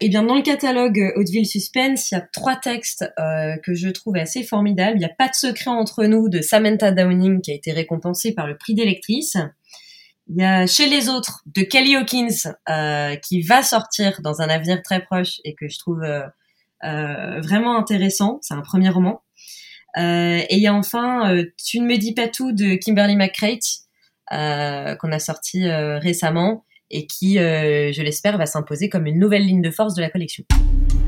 Eh bien, dans le catalogue Hauteville Suspense, il y a 3 textes que je trouve assez formidables. Il y a Pas de secret entre nous de Samantha Downing qui a été récompensée par le prix des lectrices. Il y a Chez les autres de Kelly Hawkins qui va sortir dans un avenir très proche et que je trouve vraiment intéressant. C'est un premier roman. Et il y a enfin Tu ne me dis pas tout de Kimberly McCreight qu'on a sorti récemment et qui, je l'espère, va s'imposer comme une nouvelle ligne de force de la collection.